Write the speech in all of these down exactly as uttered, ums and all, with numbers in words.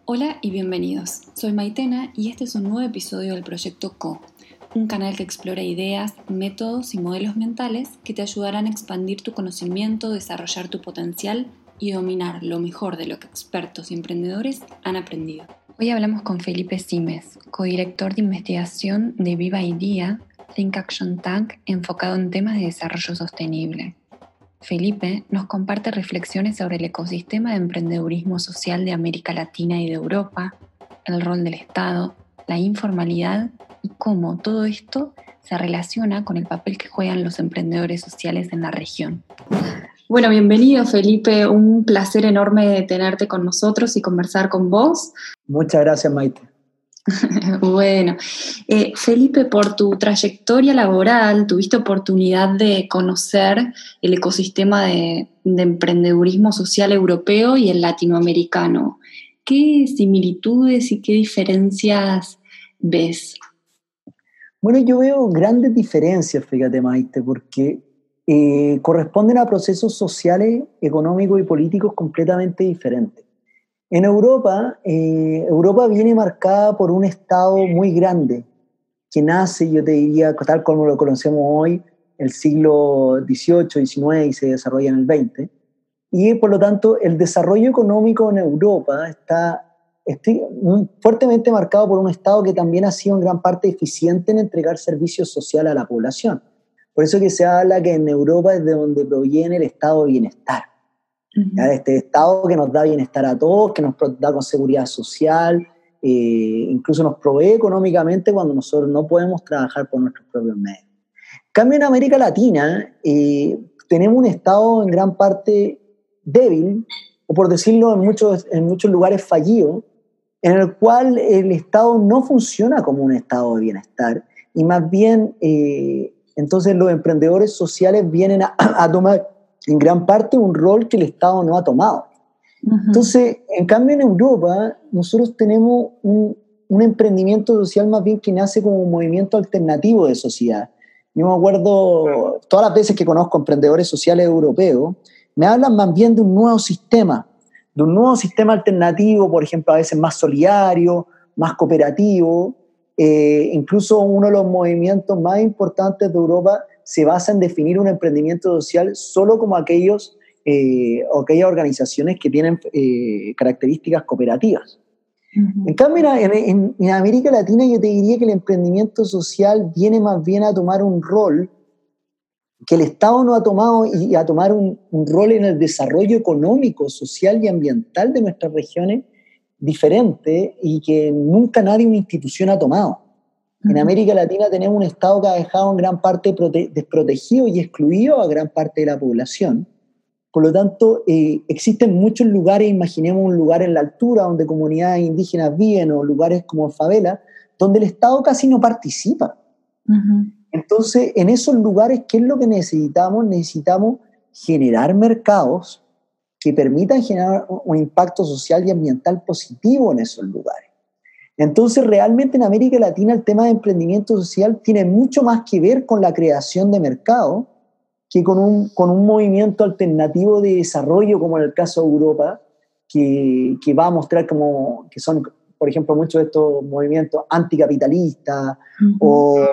Hola y bienvenidos. Soy Maitena y este es un nuevo episodio del Proyecto Co, un canal que explora ideas, métodos y modelos mentales que te ayudarán a expandir tu conocimiento, desarrollar tu potencial y dominar lo mejor de lo que expertos y emprendedores han aprendido. Hoy hablamos con Felipe Simes, codirector de investigación de Viva Idea, Think Action Tank, enfocado en temas de desarrollo sostenible. Felipe nos comparte reflexiones sobre el ecosistema de emprendedurismo social de América Latina y de Europa, el rol del Estado, la informalidad y cómo todo esto se relaciona con el papel que juegan los emprendedores sociales en la región. Bueno, bienvenido Felipe, un placer enorme tenerte con nosotros y conversar con vos. Muchas gracias, Maite. Bueno, eh, Felipe, por tu trayectoria laboral, tuviste oportunidad de conocer el ecosistema de, de emprendedurismo social europeo y el latinoamericano. ¿Qué similitudes y qué diferencias ves? Bueno, yo veo grandes diferencias, fíjate, Maite, porque eh, corresponden a procesos sociales, económicos y políticos completamente diferentes. En Europa, eh, Europa viene marcada por un Estado muy grande, que nace, yo te diría, tal como lo conocemos hoy, el siglo dieciocho, diecinueve y se desarrolla en el veinte. Y por lo tanto, el desarrollo económico en Europa está, está fuertemente marcado por un Estado que también ha sido en gran parte eficiente en entregar servicios sociales a la población. Por eso que se habla que en Europa es de donde proviene el estado de bienestar. ¿Ya? Este Estado que nos da bienestar a todos, que nos da con seguridad social, eh, incluso nos provee económicamente cuando nosotros no podemos trabajar por nuestros propios medios. En cambio, en América Latina eh, tenemos un Estado en gran parte débil, o por decirlo en muchos, en muchos lugares fallido, en el cual el Estado no funciona como un Estado de bienestar, y más bien eh, entonces los emprendedores sociales vienen a, a tomar en gran parte un rol que el Estado no ha tomado. Uh-huh. Entonces, en cambio en Europa, nosotros tenemos un, un emprendimiento social más bien que nace como un movimiento alternativo de sociedad. Yo me acuerdo, todas las veces que conozco emprendedores sociales europeos, me hablan más bien de un nuevo sistema, de un nuevo sistema alternativo, por ejemplo, a veces más solidario, más cooperativo. Eh, incluso uno de los movimientos más importantes de Europa se basa en definir un emprendimiento social solo como aquellos eh, o aquellas organizaciones que tienen eh, características cooperativas. Uh-huh. En cambio, en, en, en América Latina yo te diría que el emprendimiento social viene más bien a tomar un rol que el Estado no ha tomado y a tomar un, un rol en el desarrollo económico, social y ambiental de nuestras regiones diferente y que nunca nadie, una institución ha tomado. En América Latina tenemos un Estado que ha dejado en gran parte prote- desprotegido y excluido a gran parte de la población. Por lo tanto, eh, existen muchos lugares, imaginemos un lugar en la altura donde comunidades indígenas viven o lugares como favelas, donde el Estado casi no participa. Uh-huh. Entonces, en esos lugares, ¿qué es lo que necesitamos? Necesitamos generar mercados que permitan generar un impacto social y ambiental positivo en esos lugares. Entonces, realmente en América Latina el tema de emprendimiento social tiene mucho más que ver con la creación de mercado que con un, con un movimiento alternativo de desarrollo, como en el caso de Europa, que, que va a mostrar como, que son, por ejemplo, muchos de estos movimientos anticapitalistas uh-huh. o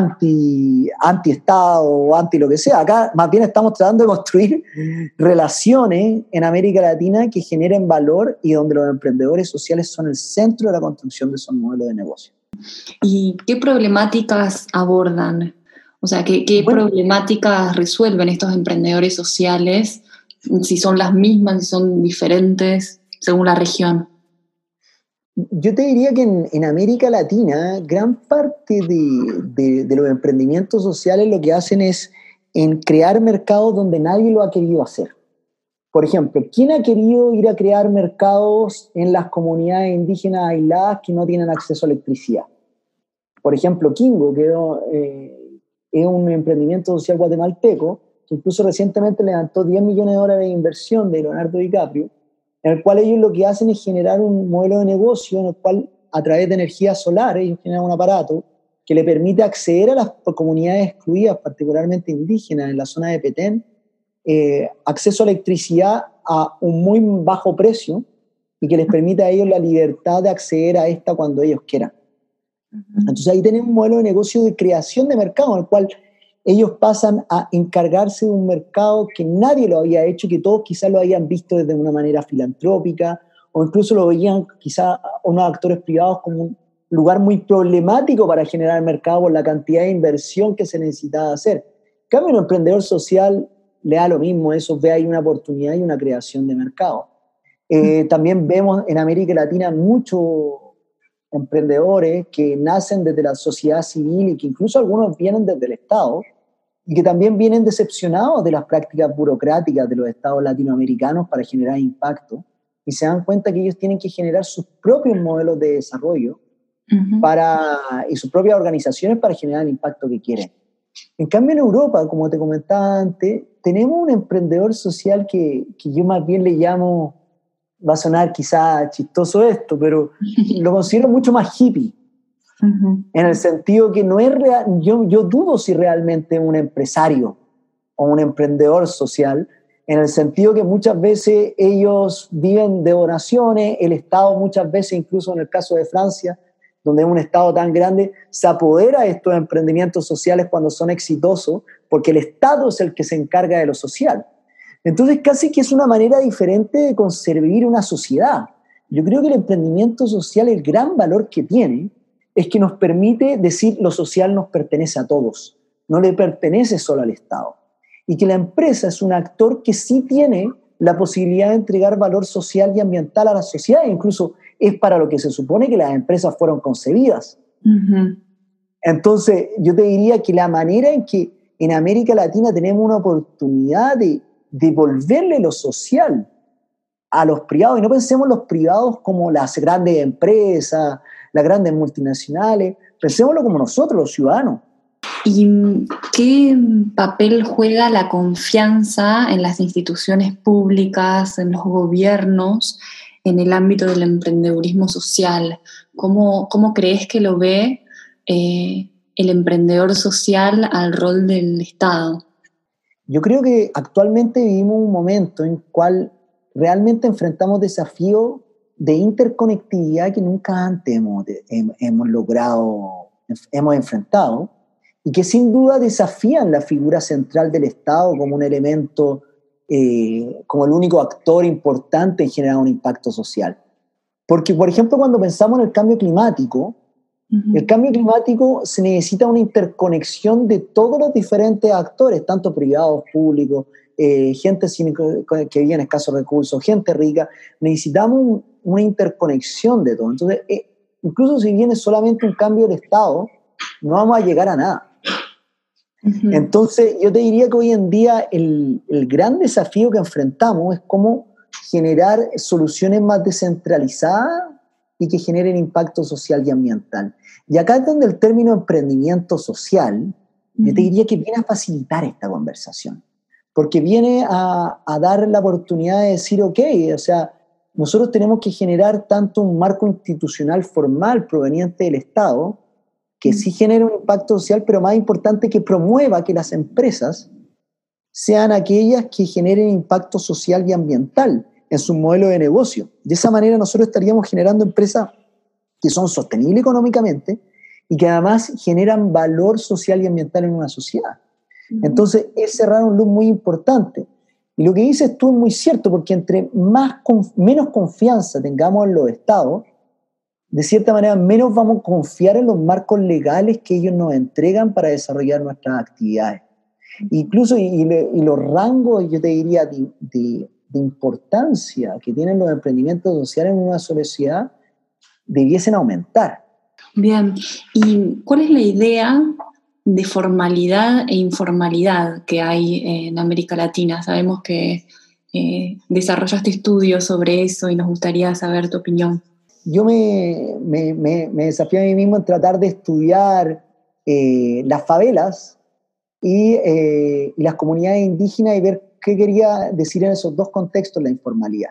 anti, anti-Estado o anti lo que sea. Acá más bien estamos tratando de construir relaciones en América Latina que generen valor y donde los emprendedores sociales son el centro de la construcción de esos modelos de negocio. ¿Y qué problemáticas abordan? O sea, ¿qué, qué bueno, problemáticas resuelven estos emprendedores sociales? Si son las mismas, si son diferentes, según la región. Yo te diría que en, en América Latina, gran parte de, de, de los emprendimientos sociales lo que hacen es en crear mercados donde nadie lo ha querido hacer. Por ejemplo, ¿quién ha querido ir a crear mercados en las comunidades indígenas aisladas que no tienen acceso a electricidad? Por ejemplo, Kingo, que eh, es un emprendimiento social guatemalteco, que incluso recientemente levantó diez millones de dólares de inversión de Leonardo DiCaprio, en el cual ellos lo que hacen es generar un modelo de negocio en el cual, a través de energía solar, ellos generan un aparato que le permite acceder a las comunidades excluidas, particularmente indígenas, en la zona de Petén, eh, acceso a electricidad a un muy bajo precio, y que les permita a ellos la libertad de acceder a esta cuando ellos quieran. Uh-huh. Entonces ahí tenemos un modelo de negocio de creación de mercado en el cual ellos pasan a encargarse de un mercado que nadie lo había hecho, que todos quizás lo habían visto desde una manera filantrópica, o incluso lo veían quizás unos actores privados como un lugar muy problemático para generar mercado por la cantidad de inversión que se necesitaba hacer. En cambio, un emprendedor social le da lo mismo, eso ve ahí una oportunidad y una creación de mercado. Eh, también vemos en América Latina muchos emprendedores que nacen desde la sociedad civil y que incluso algunos vienen desde el Estado y que también vienen decepcionados de las prácticas burocráticas de los estados latinoamericanos para generar impacto y se dan cuenta que ellos tienen que generar sus propios modelos de desarrollo uh-huh. para, y sus propias organizaciones para generar el impacto que quieren. En cambio, en Europa, como te comentaba antes, tenemos un emprendedor social que, que yo más bien le llamo, va a sonar quizá chistoso esto, pero lo considero mucho más hippie, uh-huh. en el sentido que no es real, yo, yo dudo si realmente un empresario o un emprendedor social, en el sentido que muchas veces ellos viven de donaciones, el Estado muchas veces, incluso en el caso de Francia, donde es un Estado tan grande, se apodera de estos emprendimientos sociales cuando son exitosos, porque el Estado es el que se encarga de lo social. Entonces casi que es una manera diferente de concebir una sociedad. Yo creo que el emprendimiento social, el gran valor que tiene, es que nos permite decir lo social nos pertenece a todos, no le pertenece solo al Estado. Y que la empresa es un actor que sí tiene la posibilidad de entregar valor social y ambiental a la sociedad, e incluso es para lo que se supone que las empresas fueron concebidas. Uh-huh. Entonces, yo te diría que la manera en que en América Latina tenemos una oportunidad de, de devolverle lo social a los privados, y no pensemos los privados como las grandes empresas, las grandes multinacionales, pensémoslo como nosotros, los ciudadanos. ¿Y qué papel juega la confianza en las instituciones públicas, en los gobiernos, en el ámbito del emprendedurismo social? ¿Cómo, cómo crees que lo ve eh, el emprendedor social al rol del Estado? Yo creo que actualmente vivimos un momento en el cual realmente enfrentamos desafíos de interconectividad que nunca antes hemos, hemos logrado, hemos enfrentado, y que sin duda desafían la figura central del Estado como un elemento, eh, como el único actor importante en generar un impacto social. Porque, por ejemplo, cuando pensamos en el cambio climático, uh-huh. el cambio climático se necesita una interconexión de todos los diferentes actores, tanto privados, públicos, eh, gente sin, que vive en escasos recursos, gente rica. Necesitamos un, una interconexión de todo. Entonces, eh, incluso si viene solamente un cambio del Estado, no vamos a llegar a nada. Uh-huh. Entonces, yo te diría que hoy en día el, el gran desafío que enfrentamos es cómo generar soluciones más descentralizadas y que generen impacto social y ambiental. Y acá es donde el término emprendimiento social, uh-huh. yo te diría que viene a facilitar esta conversación, porque viene a, a dar la oportunidad de decir, ok, o sea, nosotros tenemos que generar tanto un marco institucional formal proveniente del Estado, que sí genera un impacto social, pero más importante que promueva que las empresas sean aquellas que generen impacto social y ambiental en su modelo de negocio. De esa manera nosotros estaríamos generando empresas que son sostenibles económicamente y que además generan valor social y ambiental en una sociedad. Entonces es cerrar un loop muy importante. Y lo que dices tú es muy cierto, porque entre más, menos confianza tengamos en los estados, de cierta manera, menos vamos a confiar en los marcos legales que ellos nos entregan para desarrollar nuestras actividades. Incluso, y, y los rangos, yo te diría, de, de, de importancia que tienen los emprendimientos sociales en una sociedad, debiesen aumentar. Bien, ¿y cuál es la idea de formalidad e informalidad que hay en América Latina? Sabemos que eh, desarrollaste estudios sobre eso y nos gustaría saber tu opinión. Yo me, me, me, me desafío a mí mismo en tratar de estudiar eh, las favelas y, eh, y las comunidades indígenas y ver qué quería decir en esos dos contextos la informalidad.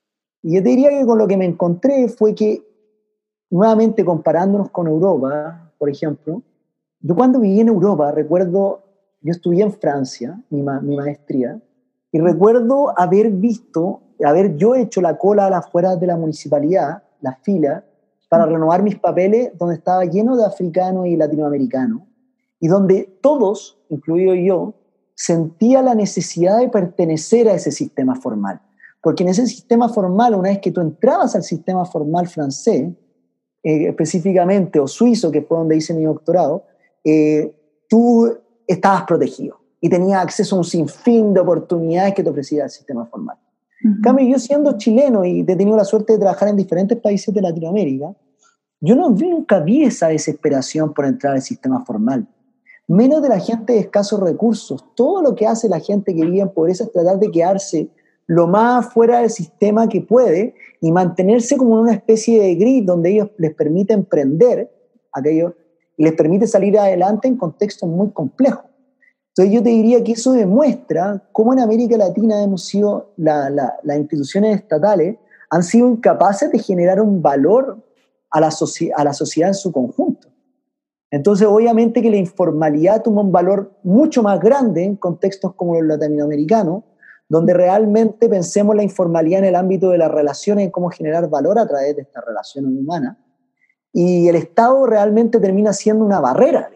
Y yo te diría que con lo que me encontré fue que, nuevamente comparándonos con Europa, por ejemplo, yo cuando viví en Europa, recuerdo, yo estudié en Francia, mi, ma, mi maestría, y recuerdo haber visto haber yo hecho la cola a las afueras de la municipalidad, las filas, para renovar mis papeles, donde estaba lleno de africanos y latinoamericanos, y donde todos, incluido yo, sentía la necesidad de pertenecer a ese sistema formal. Porque en ese sistema formal, una vez que tú entrabas al sistema formal francés, eh, específicamente, o suizo, que fue donde hice mi doctorado, eh, tú estabas protegido y tenías acceso a un sinfín de oportunidades que te ofrecía el sistema formal. Uh-huh. En cambio, yo siendo chileno y he tenido la suerte de trabajar en diferentes países de Latinoamérica, yo no vi, nunca vi esa desesperación por entrar al sistema formal. Menos de la gente de escasos recursos. Todo lo que hace la gente que vive en pobreza es tratar de quedarse lo más fuera del sistema que puede y mantenerse como en una especie de grid donde ellos les permite emprender aquello y les permite salir adelante en contextos muy complejos. Entonces yo te diría que eso demuestra cómo en América Latina hemos sido, la, la, las instituciones estatales han sido incapaces de generar un valor a la, soci- a la sociedad en su conjunto. Entonces, obviamente que la informalidad toma un valor mucho más grande en contextos como los latinoamericanos, donde realmente pensemos la informalidad en el ámbito de las relaciones, en cómo generar valor a través de estas relaciones humanas, y el Estado realmente termina siendo una barrera.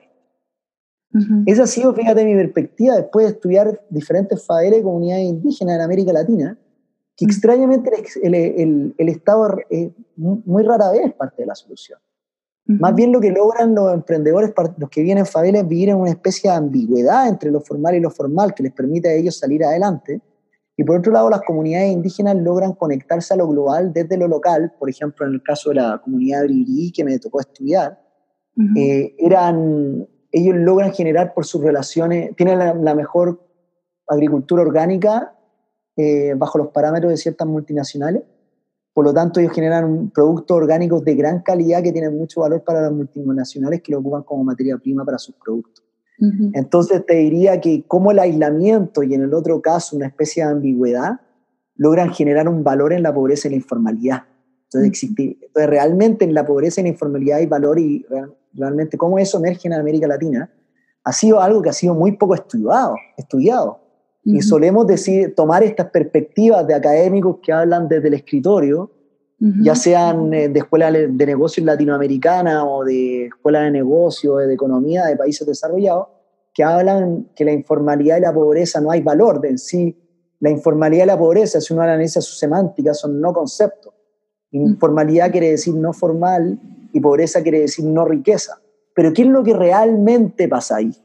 Uh-huh. Esa ha sido, fíjate, mi perspectiva después de estudiar diferentes favelas y comunidades indígenas en América Latina, que uh-huh. extrañamente el, el, el, el Estado es muy rara vez parte de la solución. Uh-huh. Más bien lo que logran los emprendedores, los que vienen en favelas, es vivir en una especie de ambigüedad entre lo formal y lo formal que les permite a ellos salir adelante. Y por otro lado, las comunidades indígenas logran conectarse a lo global desde lo local. Por ejemplo, en el caso de la comunidad de Bribri, que me tocó estudiar, uh-huh. eh, eran, ellos logran generar por sus relaciones, tienen la, la mejor agricultura orgánica eh, bajo los parámetros de ciertas multinacionales. Por lo tanto, ellos generan productos orgánicos de gran calidad que tienen mucho valor para las multinacionales que lo ocupan como materia prima para sus productos. Uh-huh. Entonces, te diría que como el aislamiento y en el otro caso una especie de ambigüedad logran generar un valor en la pobreza y la informalidad. Entonces, uh-huh. existe, entonces realmente en la pobreza y la informalidad hay valor y real, realmente cómo eso emerge en América Latina ha sido algo que ha sido muy poco estudiado. estudiado. Uh-huh. Y solemos decir, tomar estas perspectivas de académicos que hablan desde el escritorio, uh-huh. ya sean de escuelas de negocios latinoamericanas o de escuelas de negocios, de economía de países desarrollados, que hablan que la informalidad y la pobreza no hay valor de en sí. La informalidad y la pobreza, si uno analiza su semántica, son no conceptos. Informalidad uh-huh. quiere decir no formal y pobreza quiere decir no riqueza. Pero ¿qué es lo que realmente pasa ahí?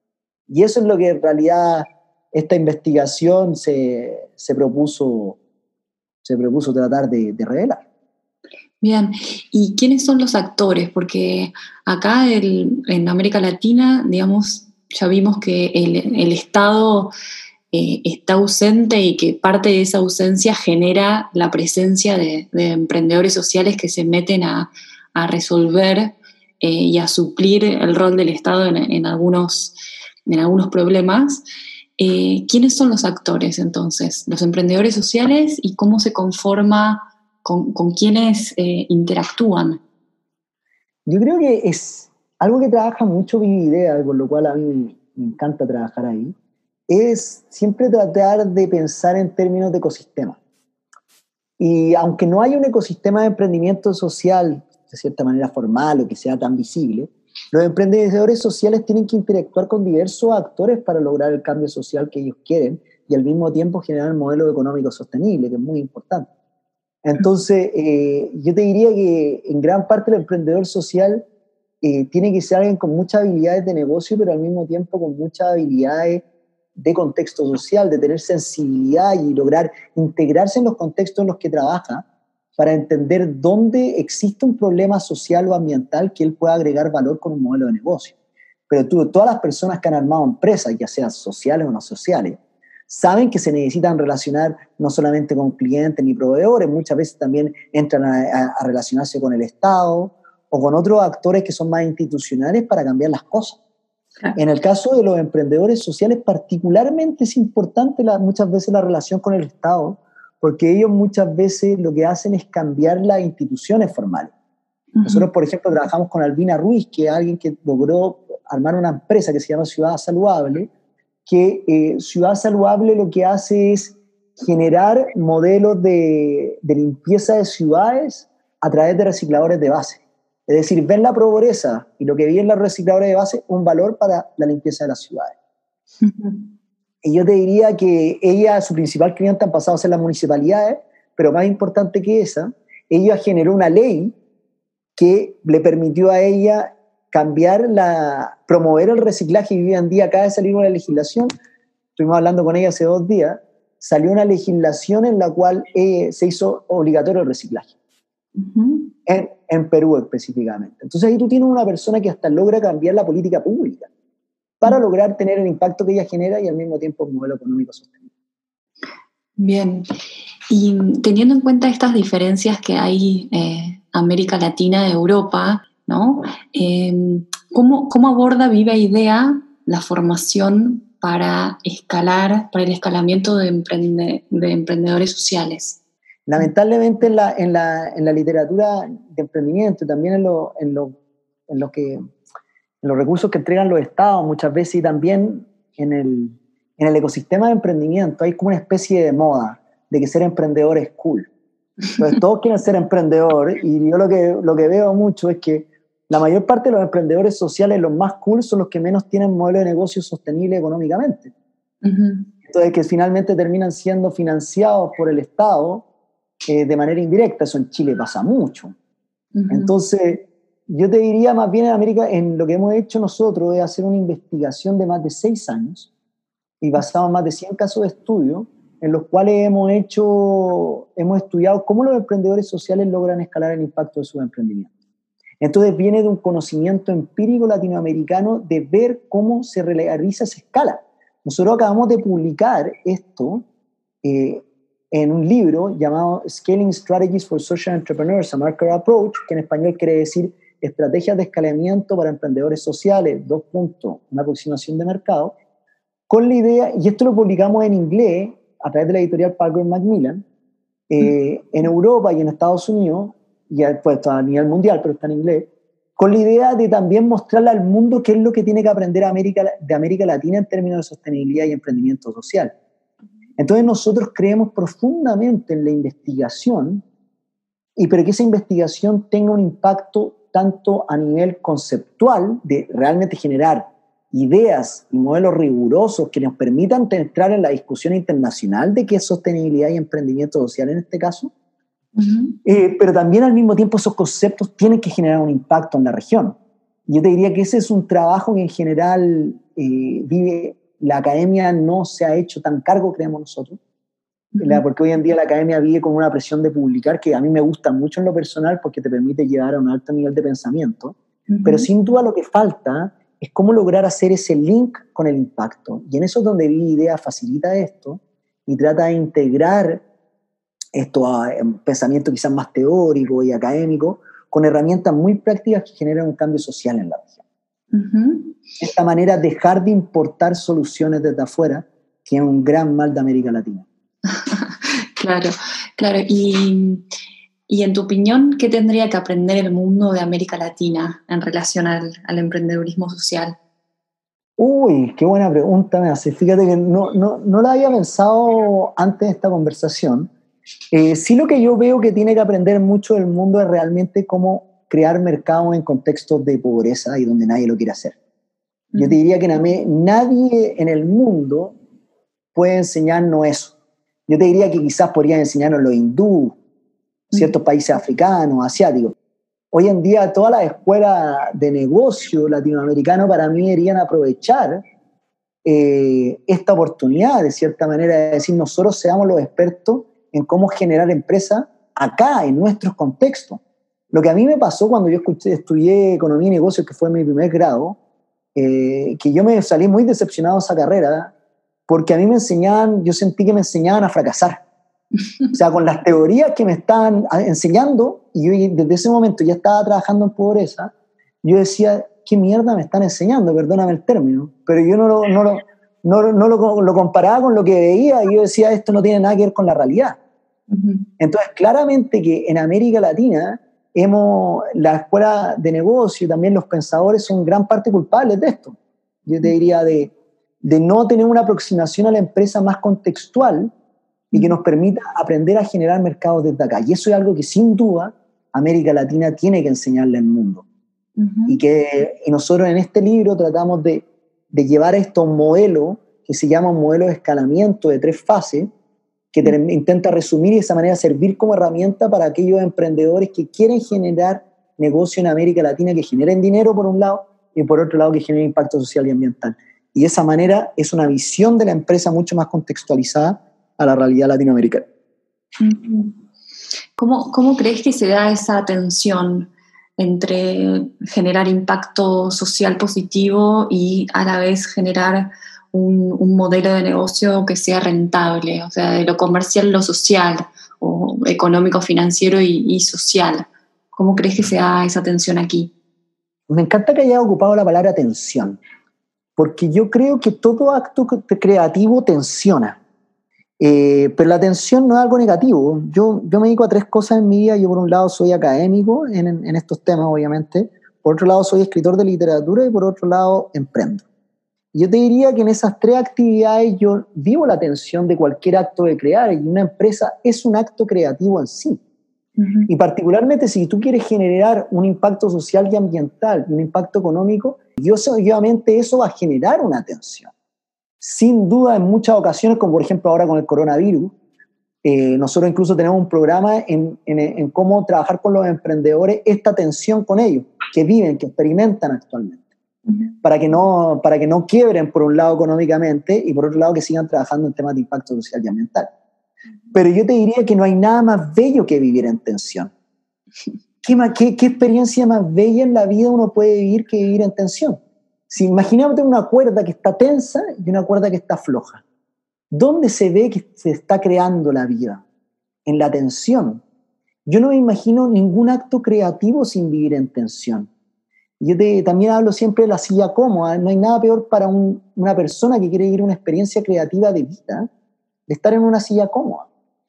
Y eso es lo que en realidad esta investigación se, se, propuso, se propuso tratar de, de revelar. Bien, ¿y quiénes son los actores? Porque acá el, en América Latina, digamos, ya vimos que el, el Estado eh, está ausente y que parte de esa ausencia genera la presencia de, de emprendedores sociales que se meten a, a resolver eh, y a suplir el rol del Estado en, en, algunos, en algunos problemas. Eh, ¿Quiénes son los actores entonces? Los emprendedores sociales y cómo se conforma, con, con quiénes eh, interactúan. Yo creo que es algo que trabaja mucho Vividea, por lo cual a mí me, me encanta trabajar ahí, es siempre tratar de pensar en términos de ecosistema. Y aunque no haya un ecosistema de emprendimiento social, de cierta manera formal o que sea tan visible, los emprendedores sociales tienen que interactuar con diversos actores para lograr el cambio social que ellos quieren y al mismo tiempo generar un modelo económico sostenible, que es muy importante. Entonces, eh, yo te diría que en gran parte el emprendedor social eh, tiene que ser alguien con muchas habilidades de negocio, pero al mismo tiempo con muchas habilidades de contexto social, de tener sensibilidad y lograr integrarse en los contextos en los que trabaja, para entender dónde existe un problema social o ambiental que él pueda agregar valor con un modelo de negocio. Pero tú, todas las personas que han armado empresas, ya sean sociales o no sociales, saben que se necesitan relacionar no solamente con clientes ni proveedores, muchas veces también entran a, a, a relacionarse con el Estado o con otros actores que son más institucionales para cambiar las cosas. Claro. En el caso de los emprendedores sociales, particularmente es importante la, muchas veces la relación con el Estado, porque ellos muchas veces lo que hacen es cambiar las instituciones formales. Uh-huh. Nosotros, por ejemplo, trabajamos con Albina Ruiz, que es alguien que logró armar una empresa que se llama Ciudad Saludable, que eh, Ciudad Saludable lo que hace es generar modelos de, de limpieza de ciudades a través de recicladores de base. Es decir, ven la pobreza y lo que viven los recicladores de base un valor para la limpieza de las ciudades. Uh-huh. Y yo te diría que ella, su principal cliente han pasado a ser las municipalidades, pero más importante que esa, ella generó una ley que le permitió a ella cambiar la, promover el reciclaje, y hoy en día acaba de salir una legislación, estuvimos hablando con ella hace dos días, salió una legislación en la cual eh, se hizo obligatorio el reciclaje, uh-huh. en, en Perú específicamente. Entonces ahí tú tienes una persona que hasta logra cambiar la política pública para lograr tener el impacto que ella genera y al mismo tiempo un modelo económico sostenible. Bien, y teniendo en cuenta estas diferencias que hay eh, América Latina de Europa, ¿no? Eh, ¿cómo, ¿Cómo aborda Viva Idea la formación para escalar, para el escalamiento de, emprende, de emprendedores sociales? Lamentablemente en la, en la, en la literatura de emprendimiento, también en, lo, en, lo, en, lo que, en los recursos que entregan los estados muchas veces, y también en el, en el ecosistema de emprendimiento, hay como una especie de moda de que ser emprendedor es cool. Entonces todos quieren ser emprendedores, y yo lo que, lo que veo mucho es que la mayor parte de los emprendedores sociales, los más cool, son los que menos tienen modelo de negocio sostenible económicamente. Uh-huh. Entonces, que finalmente terminan siendo financiados por el Estado eh, de manera indirecta. Eso en Chile pasa mucho. Uh-huh. Entonces, yo te diría más bien en América, en lo que hemos hecho nosotros es hacer una investigación de más de seis años y basado en más de cien casos de estudio, en los cuales hemos hecho, hemos estudiado cómo los emprendedores sociales logran escalar el impacto de sus emprendimientos. Entonces viene de un conocimiento empírico latinoamericano de ver cómo se realiza esa escala. Nosotros acabamos de publicar esto eh, en un libro llamado Scaling Strategies for Social Entrepreneurs, a Market Approach, que en español quiere decir Estrategias de Escalamiento para Emprendedores Sociales, dos puntos, una aproximación de mercado, con la idea, y esto lo publicamos en inglés a través de la editorial Parker Macmillan, eh, en Europa y en Estados Unidos, y pues a nivel mundial, pero está en inglés, con la idea de también mostrarle al mundo qué es lo que tiene que aprender América, de América Latina en términos de sostenibilidad y emprendimiento social. Entonces nosotros creemos profundamente en la investigación, y pero que esa investigación tenga un impacto tanto a nivel conceptual, de realmente generar ideas y modelos rigurosos que nos permitan entrar en la discusión internacional de qué es sostenibilidad y emprendimiento social en este caso, uh-huh. eh, pero también al mismo tiempo esos conceptos tienen que generar un impacto en la región. Yo te diría que ese es un trabajo que en general eh, vive, la academia no se ha hecho tan cargo, creemos nosotros, uh-huh. la, porque hoy en día la academia vive con una presión de publicar que a mí me gusta mucho en lo personal porque te permite llegar a un alto nivel de pensamiento, uh-huh. pero sin duda lo que falta es cómo lograr hacer ese link con el impacto. Y en eso es donde Viva Idea facilita esto y trata de integrar esto a un pensamiento quizás más teórico y académico con herramientas muy prácticas que generan un cambio social en la región. Uh-huh. De esta manera, dejar de importar soluciones desde afuera, que es un gran mal de América Latina. Claro, claro. Y... Y en tu opinión, ¿qué tendría que aprender el mundo de América Latina en relación al, al emprendedurismo social? Uy, qué buena pregunta me hace. Fíjate que no, no, no la había pensado antes de esta conversación. Eh, sí, lo que yo veo que tiene que aprender mucho del mundo es realmente cómo crear mercados en contextos de pobreza y donde nadie lo quiere hacer. Uh-huh. Yo te diría que nadie en el mundo puede enseñarnos eso. Yo te diría que quizás podrían enseñarnos los hindúes, ciertos países africanos, asiáticos. Hoy en día todas las escuelas de negocio latinoamericanos para mí deberían aprovechar eh, esta oportunidad, de cierta manera, de decir nosotros seamos los expertos en cómo generar empresas acá, en nuestros contextos. Lo que a mí me pasó cuando yo escuché, estudié Economía y Negocios, que fue mi primer grado, eh, que yo me salí muy decepcionado de esa carrera, porque a mí me enseñaban, yo sentí que me enseñaban a fracasar. O sea, con las teorías que me estaban enseñando, y yo desde ese momento ya estaba trabajando en pobreza, yo decía, ¿qué mierda me están enseñando? Perdóname el término, pero yo no lo, no lo, no, no lo, lo comparaba con lo que veía, y yo decía, esto no tiene nada que ver con la realidad. Uh-huh. Entonces, claramente que en América Latina, hemos, la escuela de negocio y también los pensadores son gran parte culpables de esto. Yo te diría de, de no tener una aproximación a la empresa más contextual, y que nos permita aprender a generar mercados desde acá. Y eso es algo que sin duda América Latina tiene que enseñarle al mundo. Uh-huh. Y que y nosotros en este libro tratamos de, de llevar esto a un modelo que se llama un modelo de escalamiento de tres fases, que te, uh-huh. intenta resumir y de esa manera servir como herramienta para aquellos emprendedores que quieren generar negocio en América Latina, que generen dinero por un lado y por otro lado que generen impacto social y ambiental. Y de esa manera es una visión de la empresa mucho más contextualizada a la realidad latinoamericana. ¿Cómo, cómo crees que se da esa tensión entre generar impacto social positivo y a la vez generar un, un modelo de negocio que sea rentable? O sea, de lo comercial, lo social, o económico, financiero y, y social. ¿Cómo crees que se da esa tensión aquí? Me encanta que hayas ocupado la palabra tensión, porque yo creo que todo acto creativo tensiona. Eh, pero la tensión no es algo negativo. Yo, yo me dedico a tres cosas en mi vida. Yo por un lado soy académico en, en estos temas, obviamente. Por otro lado soy escritor de literatura y por otro lado emprendo. Y yo te diría que en esas tres actividades yo vivo la tensión de cualquier acto de crear, y una empresa es un acto creativo en sí. Uh-huh. Y particularmente si tú quieres generar un impacto social y ambiental, un impacto económico, yo obviamente eso va a generar una tensión. Sin duda, en muchas ocasiones, como por ejemplo ahora con el coronavirus, eh, nosotros incluso tenemos un programa en, en, en cómo trabajar con los emprendedores esta tensión con ellos, que viven, que experimentan actualmente, uh-huh. para, que no, para que no quiebren por un lado económicamente y por otro lado que sigan trabajando en temas de impacto social y ambiental. Uh-huh. Pero yo te diría que no hay nada más bello que vivir en tensión. ¿Qué, qué, qué experiencia más bella en la vida uno puede vivir que vivir en tensión? Si imaginamos una cuerda que está tensa y una cuerda que está floja, ¿dónde se ve que se está creando la vida? En la tensión. Yo no me imagino ningún acto creativo sin vivir en tensión. Yo te, también hablo siempre de la silla cómoda. No hay nada peor para un, una persona que quiere vivir una experiencia creativa de vida de estar en una silla cómoda.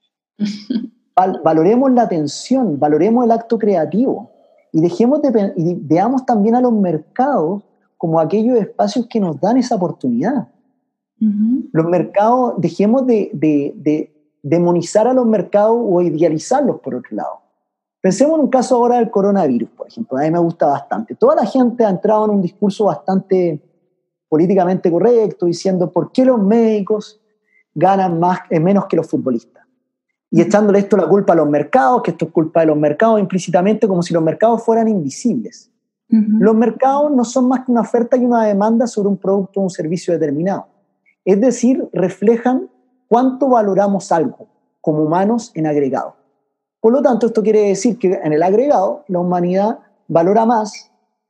Val, valoremos la tensión, valoremos el acto creativo y, dejemos de, y veamos también a los mercados como aquellos espacios que nos dan esa oportunidad. Uh-huh. Los mercados, dejemos de, de, de demonizar a los mercados o idealizarlos por otro lado. Pensemos en un caso ahora del coronavirus, por ejemplo. A mí me gusta bastante. Toda la gente ha entrado en un discurso bastante políticamente correcto, diciendo por qué los médicos ganan más, eh, menos que los futbolistas. Y echándole esto la culpa a los mercados, que esto es culpa de los mercados implícitamente, como si los mercados fueran invisibles. Uh-huh. Los mercados no son más que una oferta y una demanda sobre un producto o un servicio determinado. Es decir, reflejan cuánto valoramos algo como humanos en agregado. Por lo tanto, esto quiere decir que en el agregado la humanidad valora más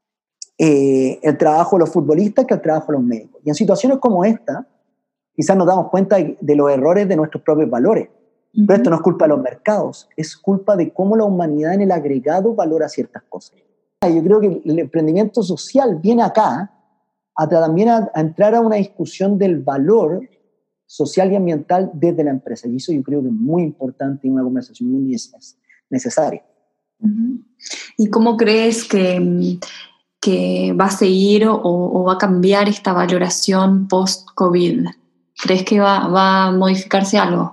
eh, el trabajo de los futbolistas que el trabajo de los médicos. Y en situaciones como esta, quizás nos damos cuenta de, de los errores de nuestros propios valores. Uh-huh. Pero esto no es culpa de los mercados, es culpa de cómo la humanidad en el agregado valora ciertas cosas. Yo creo que el emprendimiento social viene acá a también a, a entrar a una discusión del valor social y ambiental desde la empresa. Y eso yo creo que es muy importante y una conversación muy necesaria. Uh-huh. ¿Y cómo crees que, que va a seguir o, o va a cambiar esta valoración post-COVID? ¿Crees que va, va a modificarse algo?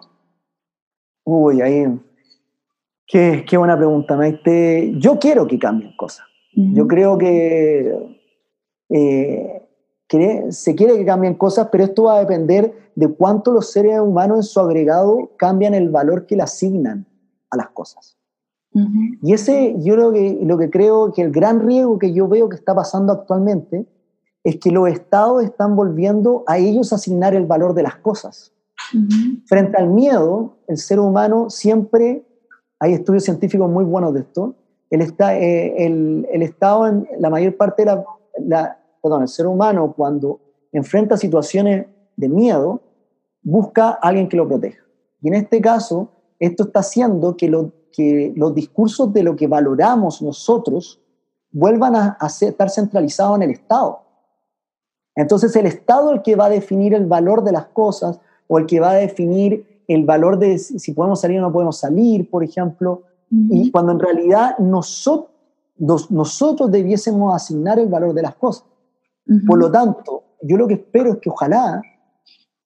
Uy, ahí... Qué, qué buena pregunta, Maite. Yo quiero que cambien cosas. Uh-huh. Yo creo que, eh, que se quiere que cambien cosas, pero esto va a depender de cuánto los seres humanos en su agregado cambian el valor que le asignan a las cosas. Uh-huh. Y ese, yo creo que, lo que creo que el gran riesgo que yo veo que está pasando actualmente es que los estados están volviendo a ellos a asignar el valor de las cosas. Uh-huh. Frente al miedo, el ser humano siempre... Hay estudios científicos muy buenos de esto. El, está, eh, el, el Estado, en la mayor parte de la, la... Perdón, el ser humano cuando enfrenta situaciones de miedo, busca a alguien que lo proteja. Y en este caso, esto está haciendo que, lo, que los discursos de lo que valoramos nosotros vuelvan a, a ser, estar centralizados en el Estado. Entonces, el Estado es el que va a definir el valor de las cosas o el que va a definir el valor de si podemos salir o no podemos salir, por ejemplo, uh-huh. y cuando en realidad nosotros, nos, nosotros debiésemos asignar el valor de las cosas. Uh-huh. Por lo tanto, yo lo que espero es que ojalá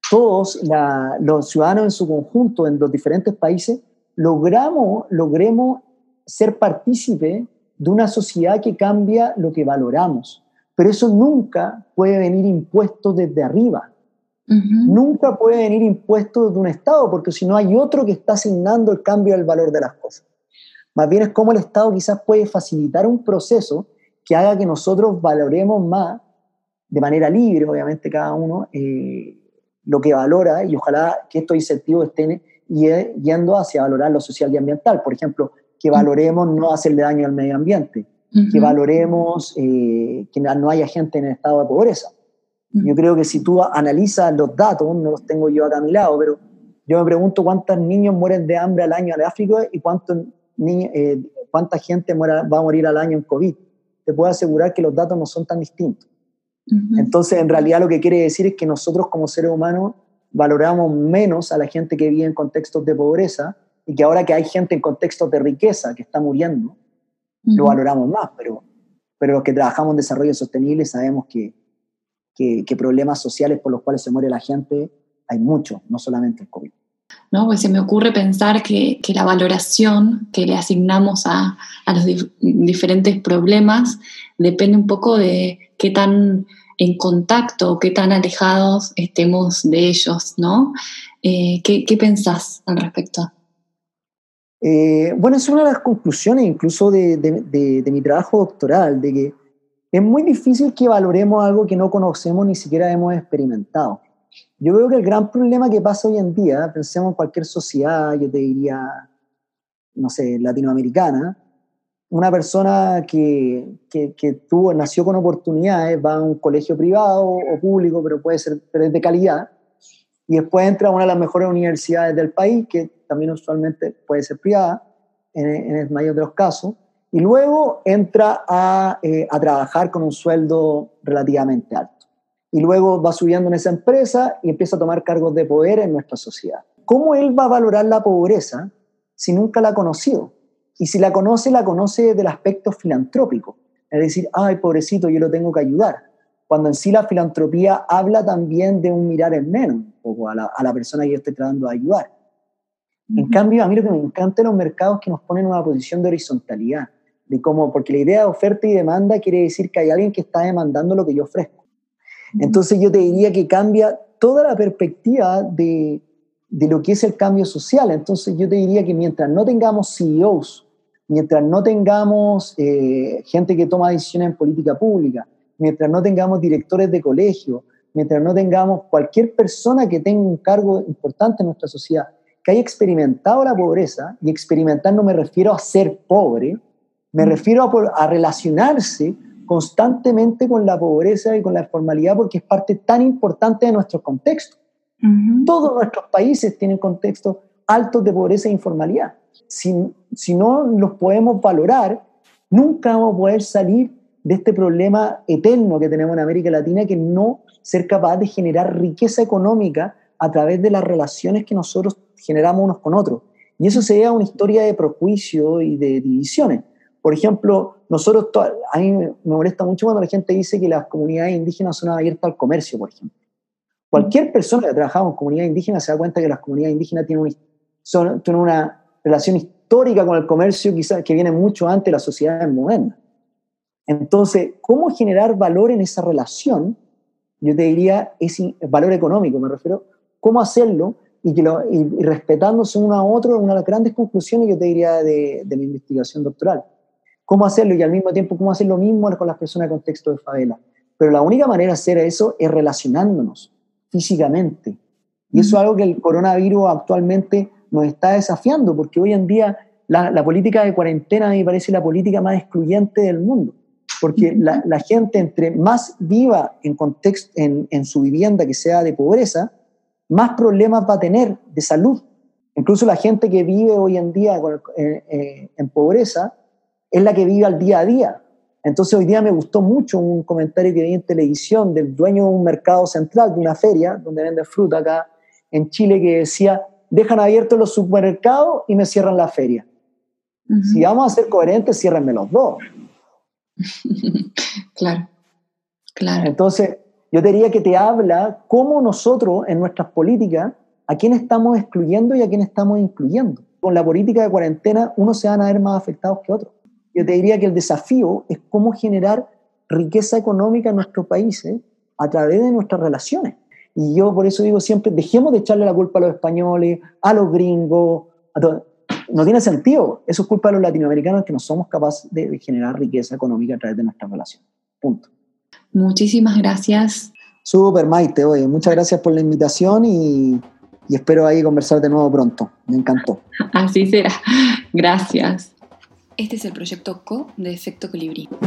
todos la, los ciudadanos en su conjunto, en los diferentes países, logramos, logremos ser partícipes de una sociedad que cambia lo que valoramos. Pero eso nunca puede venir impuesto desde arriba. Uh-huh. Nunca puede venir impuesto desde un Estado, porque si no hay otro que está asignando el cambio del valor de las cosas. Más bien es como el Estado quizás puede facilitar un proceso que haga que nosotros valoremos más, de manera libre, obviamente cada uno, eh, lo que valora, y ojalá que estos incentivos estén yendo hacia valorar lo social y ambiental. Por ejemplo, que valoremos no hacerle daño al medio ambiente, uh-huh. que valoremos eh, que no haya gente en estado de pobreza. Uh-huh. Yo creo que si tú analizas los datos, no los tengo yo acá a mi lado, pero yo me pregunto cuántos niños mueren de hambre al año en África y cuántos niños, eh, cuánta gente muera, va a morir al año en COVID. Te puedo asegurar que los datos no son tan distintos. Uh-huh. Entonces, en realidad lo que quiere decir es que nosotros como seres humanos valoramos menos a la gente que vive en contextos de pobreza y que ahora que hay gente en contextos de riqueza que está muriendo, uh-huh. lo valoramos más, pero, pero los que trabajamos en desarrollo sostenible sabemos que, que, que problemas sociales por los cuales se muere la gente hay muchos, no solamente el COVID. No, pues se me ocurre pensar que, que la valoración que le asignamos a, a los dif- diferentes problemas depende un poco de qué tan en contacto o qué tan alejados estemos de ellos, ¿no? Eh, ¿qué, ¿Qué pensás al respecto? Eh, bueno, es una de las conclusiones incluso de, de, de, de mi trabajo doctoral, de que es muy difícil que valoremos algo que no conocemos ni siquiera hemos experimentado. Yo veo que el gran problema que pasa hoy en día, pensemos en cualquier sociedad, yo te diría, no sé, latinoamericana, una persona que, que, que tuvo, nació con oportunidades, va a un colegio privado o público, pero puede ser, pero es de calidad, y después entra a una de las mejores universidades del país, que también usualmente puede ser privada, en, en el mayor de los casos, y luego entra a, eh, a trabajar con un sueldo relativamente alto. Y luego va subiendo en esa empresa y empieza a tomar cargos de poder en nuestra sociedad. ¿Cómo él va a valorar la pobreza si nunca la ha conocido? Y si la conoce, la conoce desde el aspecto filantrópico. Es decir, ay, pobrecito, yo lo tengo que ayudar. Cuando en sí la filantropía habla también de un mirar en menos, un poco a la, a la persona que yo estoy tratando de ayudar. Uh-huh. En cambio, a mí lo que me encanta de los mercados es que nos ponen en una posición de horizontalidad. De cómo, porque la idea de oferta y demanda quiere decir que hay alguien que está demandando lo que yo ofrezco. Entonces yo te diría que cambia toda la perspectiva de, de lo que es el cambio social. Entonces yo te diría que mientras no tengamos C E Os, mientras no tengamos eh, gente que toma decisiones en política pública, mientras no tengamos directores de colegio, mientras no tengamos cualquier persona que tenga un cargo importante en nuestra sociedad, que haya experimentado la pobreza, y experimentar no me refiero a ser pobre, me refiero a, a relacionarse constantemente con la pobreza y con la informalidad, porque es parte tan importante de nuestro contexto. Uh-huh. Todos nuestros países tienen contextos altos de pobreza e informalidad. Si, si no los podemos valorar, nunca vamos a poder salir de este problema eterno que tenemos en América Latina, que es no ser capaz de generar riqueza económica a través de las relaciones que nosotros generamos unos con otros. Y eso sería una historia de prejuicio y de divisiones. Por ejemplo, nosotros, a mí me molesta mucho cuando la gente dice que las comunidades indígenas son abiertas al comercio, por ejemplo. Cualquier persona que ha trabajado en comunidades indígenas se da cuenta que las comunidades indígenas tienen, un, son, tienen una relación histórica con el comercio quizás que viene mucho antes de las sociedades modernas. Entonces, ¿cómo generar valor en esa relación? Yo te diría, es valor económico, me refiero, ¿cómo hacerlo? Y, que lo, y, y respetándose uno a otro, una de las grandes conclusiones, yo te diría, de, de mi investigación doctoral. ¿Cómo hacerlo? Y al mismo tiempo, ¿cómo hacer lo mismo con las personas en contexto de favela? Pero la única manera de hacer eso es relacionándonos físicamente. Y eso es algo que el coronavirus actualmente nos está desafiando, porque hoy en día la, la política de cuarentena me parece la política más excluyente del mundo. Porque la, la gente, entre más viva en, contexto, en, en su vivienda que sea de pobreza, más problemas va a tener de salud. Incluso la gente que vive hoy en día con, eh, eh, en pobreza es la que vive al día a día. Entonces hoy día me gustó mucho un comentario que vi en televisión del dueño de un mercado central, de una feria donde venden fruta acá en Chile, que decía, dejan abiertos los supermercados y me cierran la feria. Uh-huh. Si vamos a ser coherentes, ciérrenme los dos. Claro, claro. Entonces, yo te diría que te habla cómo nosotros en nuestras políticas, a quién estamos excluyendo y a quién estamos incluyendo. Con la política de cuarentena, unos se van a ver más afectados que otros. Yo te diría que el desafío es cómo generar riqueza económica en nuestros países a través de nuestras relaciones. Y yo por eso digo siempre, dejemos de echarle la culpa a los españoles, a los gringos, a todo. No tiene sentido. Eso es culpa de los latinoamericanos que no somos capaces de, de generar riqueza económica a través de nuestras relaciones. Punto. Muchísimas gracias. Súper, Maite. Oye, muchas gracias por la invitación y, y espero ahí conversar de nuevo pronto. Me encantó. Así será. Gracias. Este es el proyecto C O de Efecto Colibrí.